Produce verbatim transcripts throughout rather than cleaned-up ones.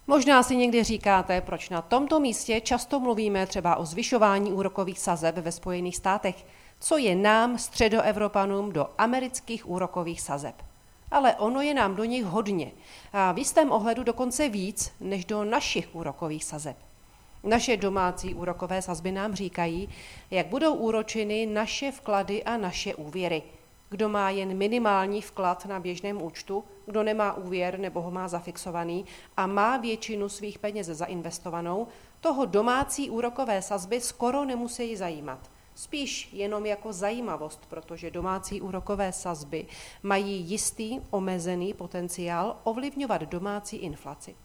Možná si někdy říkáte, proč na tomto místě často mluvíme třeba o zvyšování úrokových sazeb ve Spojených státech, co je nám, středoevropanům, do amerických úrokových sazeb. Ale ono je nám do nich hodně a v jistém ohledu dokonce víc, než do našich úrokových sazeb. Naše domácí úrokové sazby nám říkají, jak budou úročeny naše vklady a naše úvěry. Kdo má jen minimální vklad na běžném účtu, kdo nemá úvěr nebo ho má zafixovaný a má většinu svých peněz zainvestovanou, toho domácí úrokové sazby skoro nemusí zajímat. Spíš jenom jako zajímavost, protože domácí úrokové sazby mají jistý omezený potenciál ovlivňovat domácí inflaci.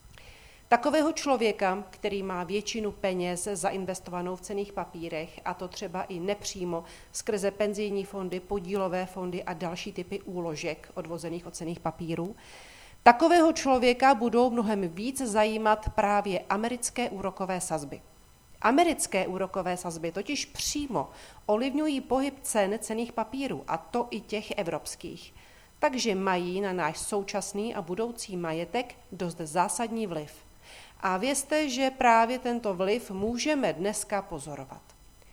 Takového člověka, který má většinu peněz zainvestovanou v cenných papírech, a to třeba i nepřímo skrze penzijní fondy, podílové fondy a další typy úložek odvozených od cenných papírů, takového člověka budou mnohem víc zajímat právě americké úrokové sazby. Americké úrokové sazby totiž přímo ovlivňují pohyb cen cenných papírů, a to i těch evropských. Takže mají na náš současný a budoucí majetek dost zásadní vliv. A vězte, že právě tento vliv můžeme dneska pozorovat.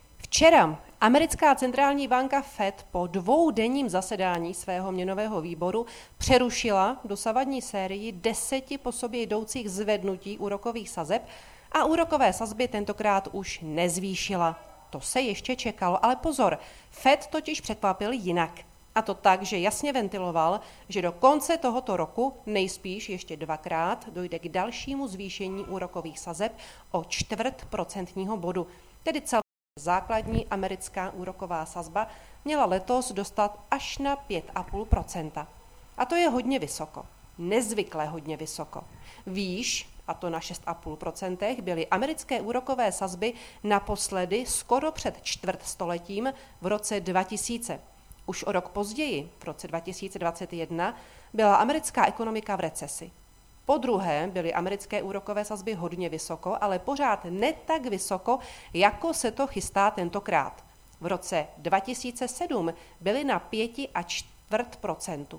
Včera americká centrální banka Fed po dvoudenním zasedání svého měnového výboru přerušila dosavadní sérii deseti po sobě jdoucích zvednutí úrokových sazeb a úrokové sazby tentokrát už nezvýšila. To se ještě čekalo, ale pozor, Fed totiž překvapil jinak. A to tak, že jasně ventiloval, že do konce tohoto roku nejspíš ještě dvakrát dojde k dalšímu zvýšení úrokových sazeb o čtvrt procentního bodu. Tedy celá základní americká úroková sazba měla letos dostat až na pět celá pět procenta. A to je hodně vysoko, nezvykle hodně vysoko. Výš, a to na šest celá pět procenta, byly americké úrokové sazby naposledy skoro před čtvrtstoletím v roce dva tisíce. Už o rok později, v roce dva tisíce dvacet jedna, byla americká ekonomika v recesi. Po druhé byly americké úrokové sazby hodně vysoko, ale pořád ne tak vysoko, jako se to chystá tentokrát. V roce dva tisíce sedm byly na pět celá čtyři procenta.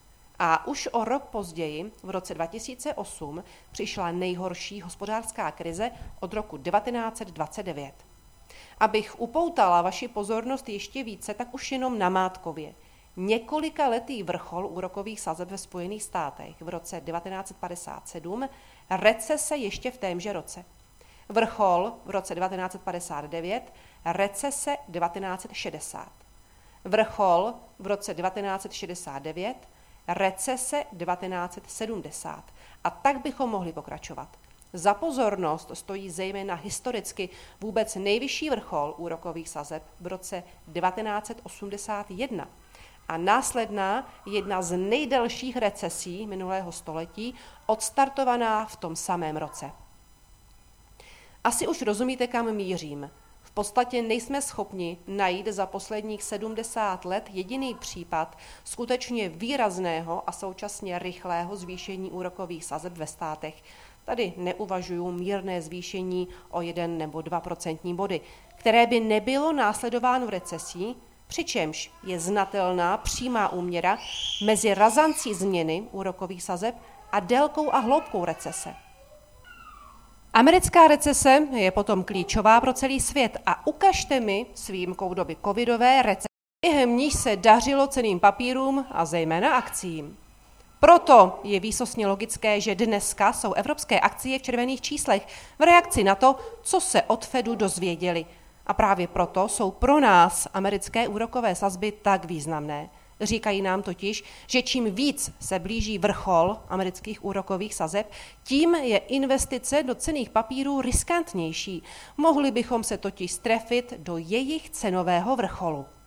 A už o rok později, v roce dva tisíce osm, přišla nejhorší hospodářská krize od roku devatenáct set dvacet devět. Abych upoutala vaši pozornost ještě více, tak už jenom namátkově. Několika letý vrchol úrokových sazeb ve Spojených státech v roce devatenáct set padesát sedm, recese ještě v témže roce. Vrchol v roce devatenáct set padesát devět, recese devatenáct set šedesát. Vrchol v roce devatenáct set šedesát devět, recese devatenáct set sedmdesát. A tak bychom mohli pokračovat. Za pozornost stojí zejména historicky vůbec nejvyšší vrchol úrokových sazeb v roce devatenáct set osmdesát jedna a následná jedna z nejdelších recesí minulého století, odstartovaná v tom samém roce. Asi už rozumíte, kam mířím. V podstatě nejsme schopni najít za posledních sedmdesát let jediný případ skutečně výrazného a současně rychlého zvýšení úrokových sazeb ve státech. Tady neuvažuju mírné zvýšení o jeden nebo dva procentní body, které by nebylo následováno recesí, přičemž je znatelná přímá úměra mezi razancí změny úrokových sazeb a délkou a hloubkou recese. Americká recese je potom klíčová pro celý svět a ukažte mi s výjimkou doby covidové recese, během níž se dařilo cenným papírům a zejména akciím. Proto je výsostně logické, že dneska jsou evropské akcie v červených číslech v reakci na to, co se od Fedu dozvěděli. A právě proto jsou pro nás americké úrokové sazby tak významné. Říkají nám totiž, že čím víc se blíží vrchol amerických úrokových sazeb, tím je investice do cenných papírů riskantnější. Mohli bychom se totiž strefit do jejich cenového vrcholu.